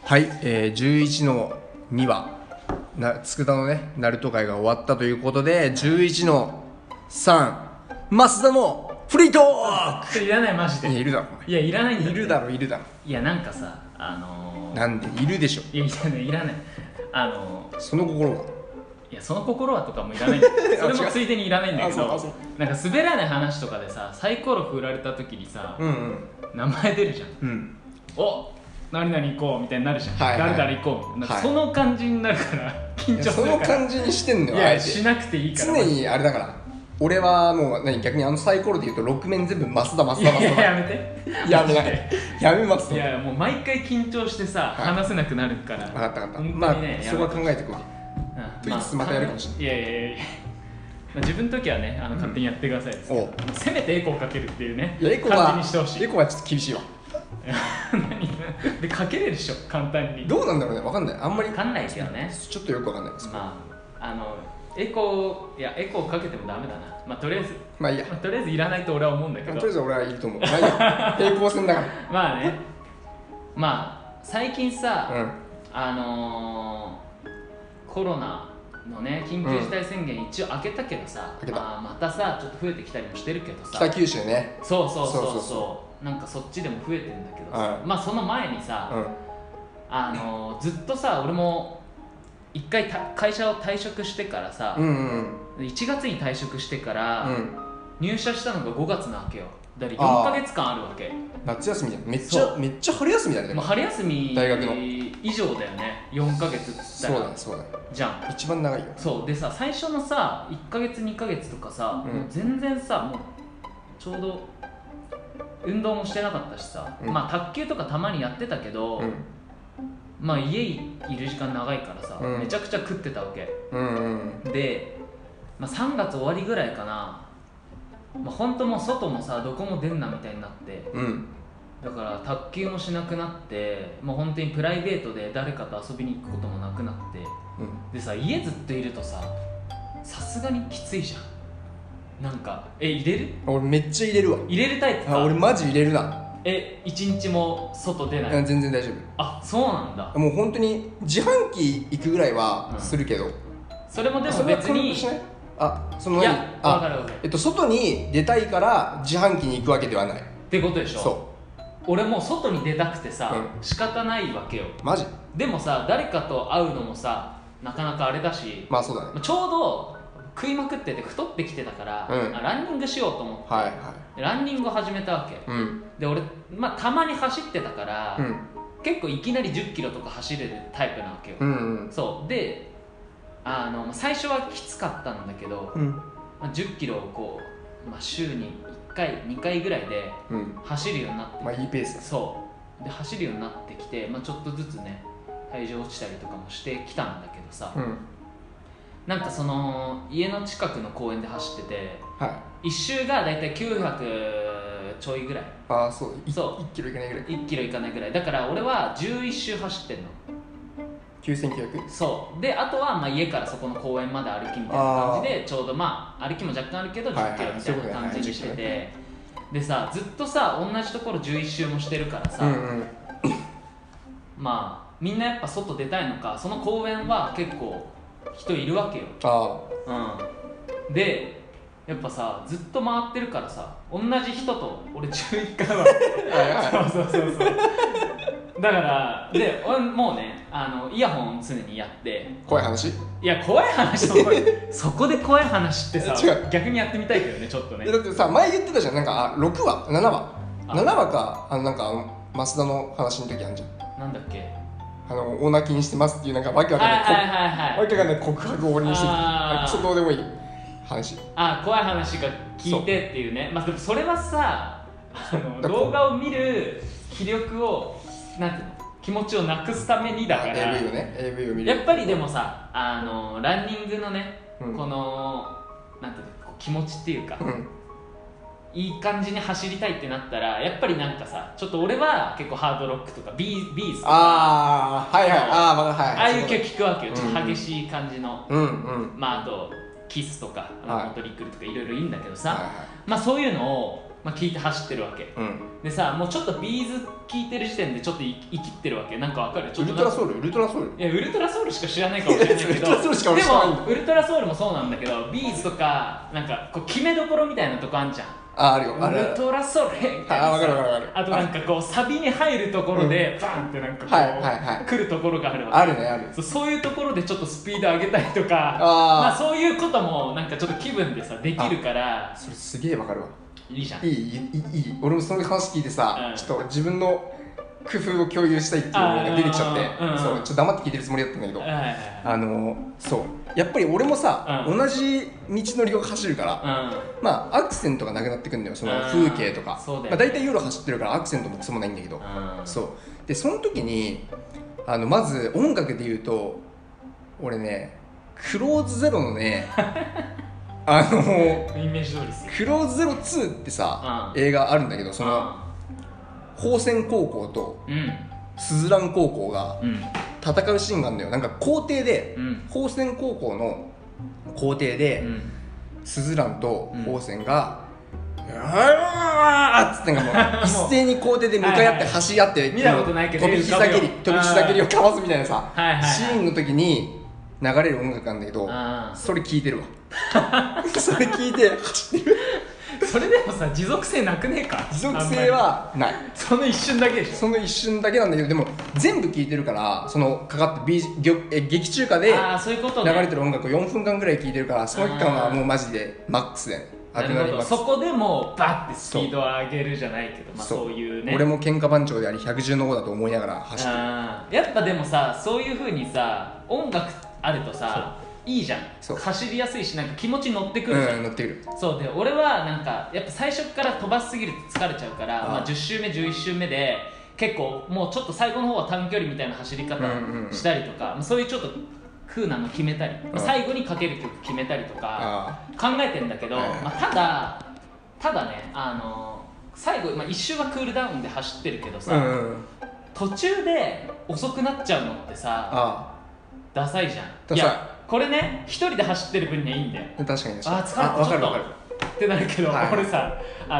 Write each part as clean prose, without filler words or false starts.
はい、11の2は佃のねナルト会が終わったということで、11の3増田のフリートーク。 それいらないマジで。 いやいるだろ。 いやいらないんだよ、ね、 いるだろいるだろ。 いやなんかさなんでいるでしょ。 いやいらないその心は。 いやその心はとかもいらないんだけどそれもついでにいらないんだけどなんか滑らない話とかでさサイコロ振られた時にさ、名前出るじゃん、お何々行こうみたいになるじゃん、誰々行こうみたいな、その感じになるから緊張するから。 その感じにしてんのよ。 いやしなくていいから常にあれだから。俺はもう逆にサイコロで言うと6面全部増田。 いややめてやめないやめますいやもう毎回緊張してさ、話せなくなるから。 分かった本当にね、 まあそこは考えていこうといつまたやるかもしれない。 いや自分の時はね勝手にやってくださいですけど、せめてエコーかけるっていうね感じにしてほしい。 エコはちょっと厳しいわでかけれるでしょ簡単に。 どうなんだろうね、分かんない。あんまり分かんないけどね、 ちょっとよく分かんないです。 まあエコーかけてもダメだな。まあとりあえずまあいいや、 とりあえずいらないと俺は思うんだけど、 とりあえず俺はいると思う。まあいいや平行線だからまあね、まあ最近さ、コロナのね緊急事態宣言一応明けたけどさ、またさちょっと増えてきたりもしてるけどさ、 北九州ね。 そうなんかそっちでも増えてるんだけどさ、まあその前にさ、ずっとさ俺も一回会社を退職してからさ、1月に退職してから、入社したのが5月なわけよ。だから4ヶ月間あるわけ。 夏休みじゃん。めっちゃ春休みだね。 もう春休み大学の以上だよね、4ヶ月っつったら。 そうだじゃん、 一番長いよ。 そうでさ、最初のさ1ヶ月2ヶ月とかさ、もう全然さもうちょうど運動もしてなかったしさ、まあ卓球とかたまにやってたけど、まあ家いる時間長いからさ、めちゃくちゃ食ってたわけ、で、まあ、3月終わりぐらいかな、まあ、ほんともう外もさどこも出んなみたいになって、だから卓球もしなくなって、もう本当にプライベートで誰かと遊びに行くこともなくなって、でさ家ずっといるとささすがにきついじゃん。なんか入れる？ 俺めっちゃ入れるわ。 入れるタイプか。 俺マジ入れるな。 一日も外出ない？ 全然大丈夫。 あ、そうなんだ。 もう本当に自販機行くぐらいはするけど、 それもでも別にいや分かる外に出たいから自販機に行くわけではないってことでしょ。そう、俺もう外に出たくてさ、仕方ないわけよ。 マジ？でもさ誰かと会うのもさなかなかあれだし、 まあそうだね。 ちょうど食いまくってて太ってきてたから、ランニングしようと思って、ランニングを始めたわけ、で俺、まあ、たまに走ってたから、結構いきなり10キロとか走れるタイプなわけよ、そうで最初はきつかったんだけど、まあ、10キロをこう、まあ、週に1回2回ぐらいで走るようになって、 まあいいペースだ。 そうで走るようになってきて、まあ、ちょっとずつね体重落ちたりとかもしてきたんだけどさ、なんかその家の近くの公園で走ってて、1周がだいたい900ちょいぐらい。 そう1キロいかないぐらい。 1キロいかないぐらいだから俺は11周走ってんの。 9900？ そうで、あとはまあ家からそこの公園まで歩きみたいな感じで、ちょうどまあ歩きも若干あるけど10キロみたいな感じにしてて、でさずっとさ同じところ11周もしてるからさ、まあみんなやっぱ外出たいのか、その公園は結構人いるわけよ。でやっぱさずっと回ってるからさ同じ人と俺11回はそうだからで俺もうねイヤホン常にやって。 怖い話？ いや怖い話とそこで怖い話ってさ逆にやってみたいけどね、ちょっとね。 だってさ前言ってたじゃん、なんか6話7話か、なんか増田の話の時あんじゃん。なんだっけ、大泣きにしてますっていうなんかわけわかんないわけわかんない告白を俺にしてて、クソどうでもいい話。 怖い話が聞いてっていうね。まあでもそれはさ動画を見る気力をなんていうの、気持ちをなくすためにだから。 AV を見る。 やっぱりでもさランニングのね、このなんていうの気持ちっていうか、いい感じに走りたいってなったらやっぱりなんかさ、ちょっと俺は結構ハードロックとかビーズとかああいう曲聴くわけよ。ちょっと激しい感じの、まああとキスとかモトリクルとかいろいろいいんだけどさ、まあそういうのをまあ、聞いて走ってるわけ、でさ、もうちょっとビーズ聞いてる時点でちょっと生きってるわけ。なんかわかる？ ウルトラソウル、ウルトラソウル、 いやウルトラソウルしか知らないかもしれないけどウルトラソウルしか俺知らないんだ。 でもウルトラソウルもそうなんだけど、ビーズとかなんかこう決めどころみたいなとこあんじゃん。 あるよ、 ウルトラソウルみたいなさ。 わかるわかるわかる。 あとなんかこうサビに入るところでバーンってなんかこう来るところがあるわけ。 あるね、ある。 そういうところでちょっとスピード上げたりとか、まあそういうこともなんかちょっと気分でさできるから。 それすげえわかるわ。 いいじゃん。 いい。俺もその話聞いてさ、ちょっと自分の工夫を共有したいっていうのが出てきちゃって、そう、ちょっと黙って聞いてるつもりだったんだけど、そうやっぱり俺もさ、同じ道のりを走るから、まあアクセントがなくなってくるんだよ、その風景とか。まあ大体夜走ってるからアクセントもクソもないんだけど、そうでその時にまず音楽で言うと、俺ね、クローズゼロのねイメージ通りですよ。 クローズゼロ2ってさ、映画あるんだけど、その宝泉高校とスズラン高校が戦うシーンがあるんだよ。なんか校庭で、宝泉高校の校庭で、スズランと宝泉がうわーっつってなんかもう一斉に校庭で向かい合って走り合って見たことないけど飛び膝蹴りをかわすみたいなさシーンの時に流れる音楽なんだけど、それ聴いてるわそれ聞いて走ってるそれでもさ、持続性なくねえか。 持続性はない。 その一瞬だけでしょ。 その一瞬だけなんだけど、でも全部聞いてるから、そのかかって劇中歌で流れてる音楽を4分間ぐらい聞いてるから、その期間はもうマジでマックスでアドレナリンマックス。そこでもうバッてスピードを上げるじゃないけど、まあそういうね。 俺も喧嘩番長であり百獣の王だと思いながら走ってる。 やっぱでもさ、そういう風にさ、音楽あるとさ、いいじゃん。走りやすいし、なんか気持ち乗ってくるじゃん。 乗ってくる。 そうで、俺はなんかやっぱ最初から飛ばしすぎると疲れちゃうから、まあ10周目11周目で結構もうちょっと最後の方は短距離みたいな走り方したりとか、そういうちょっと空なの決めたり、最後にかける曲決めたりとか考えてんだけど、まあただね、最後、まあ、1周はクールダウンで走ってるけどさ、途中で遅くなっちゃうのってさ、ダサいじゃん。いやこれね、一人で走ってる分にはいいんだよ。 確かに。 疲れたちょっとってなるけど、俺さ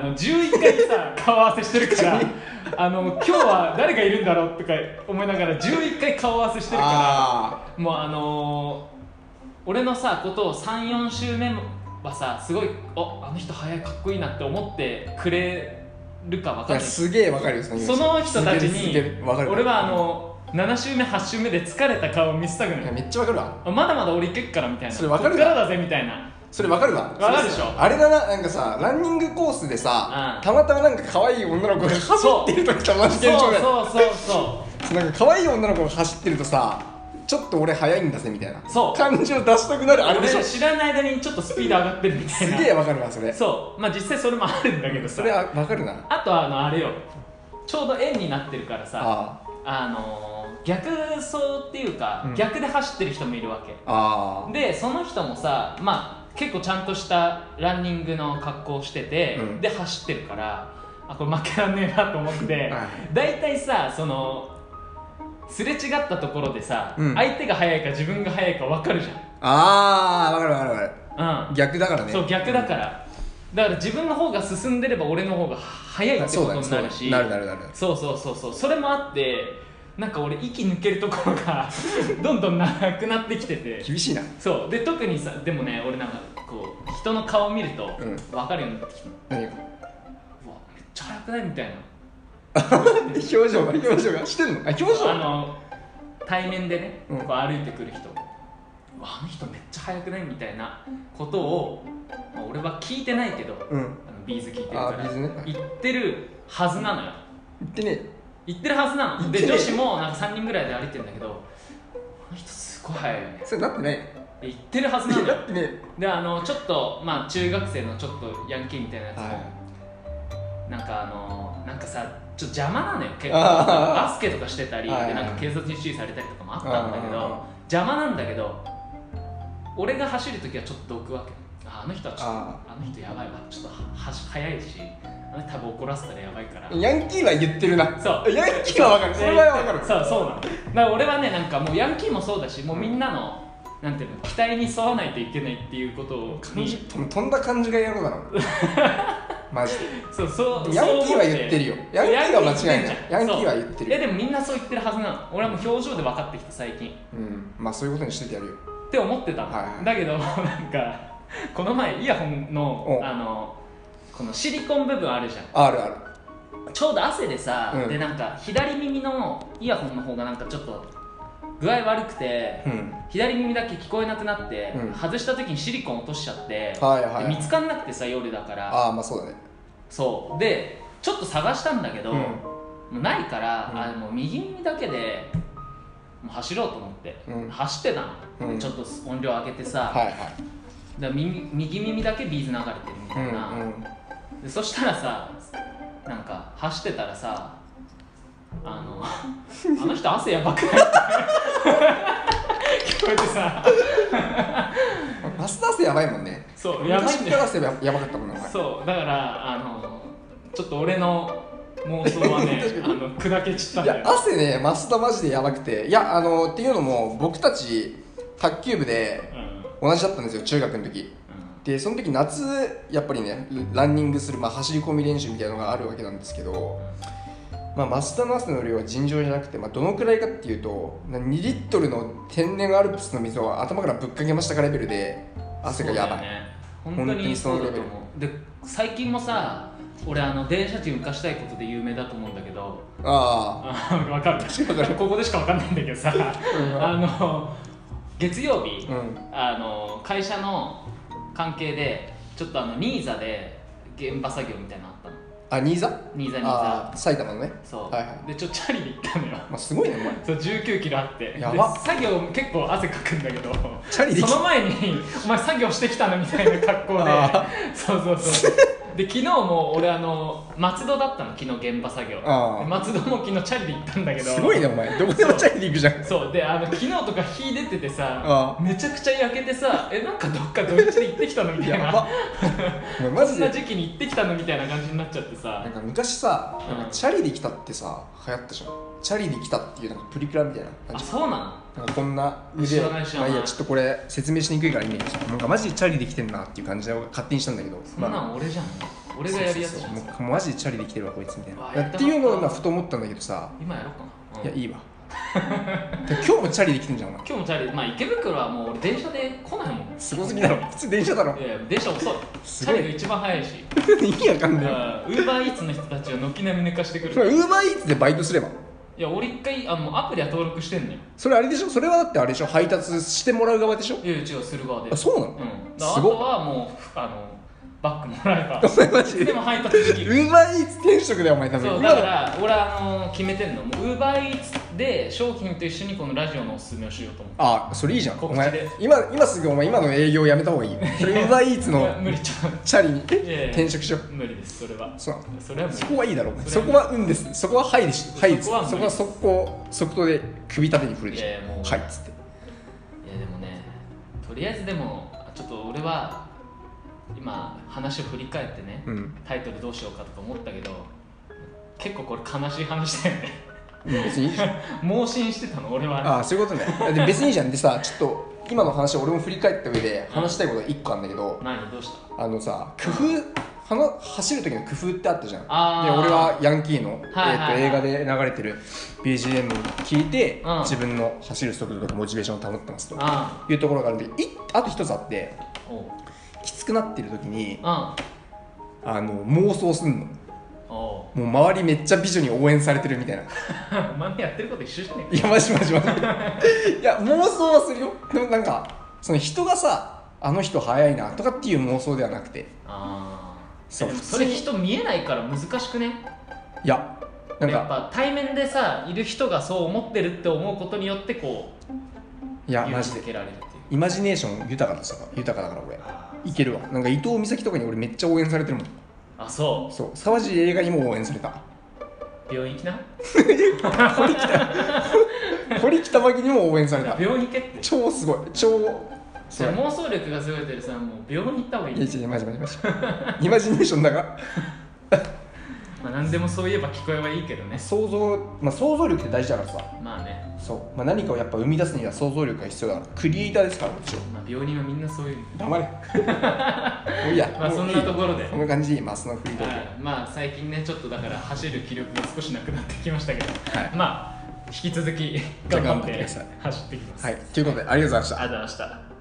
11回さ顔合わせしてるから今日は誰がいるんだろうとか思いながら11回顔合わせしてるから、もう俺のさことを 3,4 周目はさ、すごいあの人速いかっこいいなって思ってくれるか分かんない。 すげえ分かるよ。その人たちに俺は7周目8周目で疲れた顔を見せたくない。 めっちゃわかるわ。 まだまだ俺いけっからみたいな、 それわかるわ。 こっからだぜみたいな。 それわかるわ。 わかるでしょ。 あれだな、なんかさ、ランニングコースでさ、たまたまなんか可愛い女の子が走ってる時と同じ現象だよ。そうなんか可愛い女の子が走ってるとさ、ちょっと俺速いんだぜみたいな感じを出したくなる。あれでしょ。 知らない間にちょっとスピード上がってるみたいな。 すげえわかるわそれ。 そう、まあ実際それもあるんだけどさ。 それはわかるな。 あとあれよ、ちょうど円になってるからさ、逆走っていうか、逆で走ってる人もいるわけで、その人もさ、まあ結構ちゃんとしたランニングの格好をしてて、で走ってるから、これ負けらんねえなと思ってだいたいさ、そのすれ違ったところでさ、相手が速いか自分が速いか分かるじゃん。 分かる分かる、逆だからね。 そう、逆だからだから自分の方が進んでれば俺の方が速いってことになるし、 なるそうそれもあって、なんか俺息抜けるところがどんどんなくなってきてて厳しいな。 そうで、特にさ、でもね、俺なんかこう人の顔を見ると分かるようになってきた。 何が？ うわ、めっちゃ速くないみたいな表情がしてんの？表情対面でね、こう歩いてくる人、あの人めっちゃ速くないみたいなことを、まあ、俺は聞いてないけど、ビーズ聞いてるから言ってるはずなのよ。言ってるはずなので、女子もなんか3人ぐらいで歩いてるんだけど、あの人すごい速いよね。 それなってない？ 言ってるはずなのよ。でちょっとまあ中学生のちょっとヤンキーみたいなやつも、なんかさ、ちょっと邪魔なのよ結構。バスケとかしてたりで、なんか警察に注意されたりとかもあったんだけど、邪魔なんだけど、俺が走るときはちょっとどくわけ。あの人はちょっとあの人やばいわ、ちょっと速いし、多分怒らせたらやばいから。 ヤンキーは言ってるな。 そう、 ヤンキーは分かる。それは分かる。 そうなの。だから俺はね、なんかもうヤンキーもそうだし、もうみんなのなんていうの、期待に沿わないといけないっていうことを飛んだ感じがやろうだろマジで。 そうヤンキーは言ってるよ。ヤンキーは間違いない。ヤンキーは言ってるよ。 でもみんなそう言ってるはずなの。俺はもう表情で分かってきた最近。 まあそういうことにしててやるよって思ってたの、だけどなんかこの前イヤホンのこのシリコン部分あるじゃん。 ある。 ちょうど汗でさ、でなんか左耳のイヤホンの方がなんかちょっと具合悪くて、左耳だけ聞こえなくなって、外した時にシリコン落としちゃって、見つかんなくてさ、夜だから。 まあそうだね。 そうでちょっと探したんだけど、もうないから、もう右耳だけでもう走ろうと思って、走ってたの、ちょっと音量上げてさ、だ右耳だけビーズ流れてるみたいな、でそしたらさ、なんか走ってたらさ、あの人汗やばくない聞こえてさマスター汗やばいもんね。 そうやばいんだよ。 汗やばかったもんね。 そうだからちょっと俺の妄想はね砕けちったんだよ。 いや汗ね、増田マジでやばくて、いやっていうのも僕たち卓球部で同じだったんですよ、中学の時。でその時夏やっぱりねランニングする、走り込み練習みたいなのがあるわけなんですけど、増田の汗の量は尋常じゃなくて、どのくらいかっていうと2リットルの天然アルプスの水を頭からぶっかけましたかレベルで汗がやばい。 本当にそうだと思う。で最近もさ、俺電車賃浮かしたいことで有名だと思うんだけど、分かるここでしか分かんないんだけどさ月曜日、会社の関係でちょっとニーザで現場作業みたいなのあったの。 ニーザ埼玉のね。 そう、でちょっとチャリで行ったのよ。 すごいねお前。 そう19キロあって、 やば。 作業結構汗かくんだけど、 チャリでその前にお前作業してきたのみたいな格好でそうで昨日も俺松戸だったの、昨日現場作業。松戸も昨日チャリで行ったんだけど、 すごいねお前、どこでもチャリで行くじゃん。 そうで昨日とか火出ててさ、めちゃくちゃ焼けてさ、なんかどっか土日で行ってきたのみたいなこんな時期に行ってきたのみたいな感じになっちゃってさ。 なんか昔さ、チャリで来たってさ流行ったじゃん。チャリで来たっていうなんかプリクラみたいな感じ。 そうなの。 なんかこんな腕、いやちょっとこれ説明しにくいからいいんだけどさ、なんかマジでチャリで来てんなっていう感じで勝手にしたんだけど、 そんなん俺じゃん、俺がやるやつじゃん。 もうマジでチャリで来てるわこいつみたいなっていうのを今ふと思ったんだけどさ、 今やろうかな。 いやいいわ今日もチャリで来てんじゃん。 今日もチャリ、池袋はもう俺電車で来ないもん。 すごすぎだろ、普通電車だろ。 いや電車遅い、チャリが一番早いし意味わかんない。 ウーバーイーツの人たちは軒並み寝かしてくる。 ウーバーイーツでバイトすれば。 いや俺一回アプリは登録してんのよ。 それあれでしょ、それはだってあれでしょ、配達してもらう側でしょ。 いや違う、する側で。 そうなの。 あとはもうバッグもらえばいつでも配達できる。 ウーバーイーツ転職だよお前多分。 そうだから俺決めてんの、もうウーバーイーツで商品と一緒にこのラジオのおすすめをしようと思って。 それいいじゃん。 お前今すぐお前今の営業やめた方がいいよ。それウーバーイーツの無理チャリに転職しよう。 無理です、それは。 それは無理。 そこはいいだろう。そこはです。そこははいでしょ。はいです。そこは即答で首立てに振るでしょ。はいっつって。 いやでもね、とりあえずでもちょっと俺は今話を振り返ってね、タイトルどうしようかと思ったけど、結構これ悲しい話だよね。 別にいいじゃん。 盲信してたの俺は。 そういうことね。で別にいいじゃん。でさ、ちょっと今の話俺も振り返った上で話したいことが1個あるんだけど、 何どうした？ さ、工夫、走る時の工夫ってあったじゃん。で俺はヤンキーの映画で流れてる BGM を聞いて、自分の走る速度とかモチベーションを保ってますというところがあるんで、あと一つあって、きつくなってる時に妄想すんの。もう周りめっちゃ美女に応援されてるみたいな。 お前もやってること一緒じゃねえか。 いやマジいや妄想はするよ。でもなんかその人がさ、あの人速いなとかっていう妄想ではなくて、 それ人見えないから難しくね。 いやなんかやっぱ対面でさいる人がそう思ってるって思うことによってこう、 いやマジでイマジネーション豊かだから俺いけるわ。なんか伊藤美咲とかに俺めっちゃ応援されてるもん。そう沢尻映画にも応援された。 病院行きな堀北真希にも応援された。 病院行けって。 超すごい。 妄想力がすごいでさ、もう病院行った方がいい。 いやマジイマジネーションだがまあ何でもそういえば聞こえはいいけどね。 想像力って大事だからさ。 まあね。 そう、何かをやっぱ生み出すには想像力が必要だから、クリエイターですから私は。 病人はみんなそういう。 黙れ。もういいや。 まあそんなところで。 こんな感じでいい、マスのフリートーク。 まあ最近ねちょっとだから走る気力が少しなくなってきましたけど、まあ引き続き頑張って走ってきます。 はい、ということでありがとうございました。 ありがとうございました。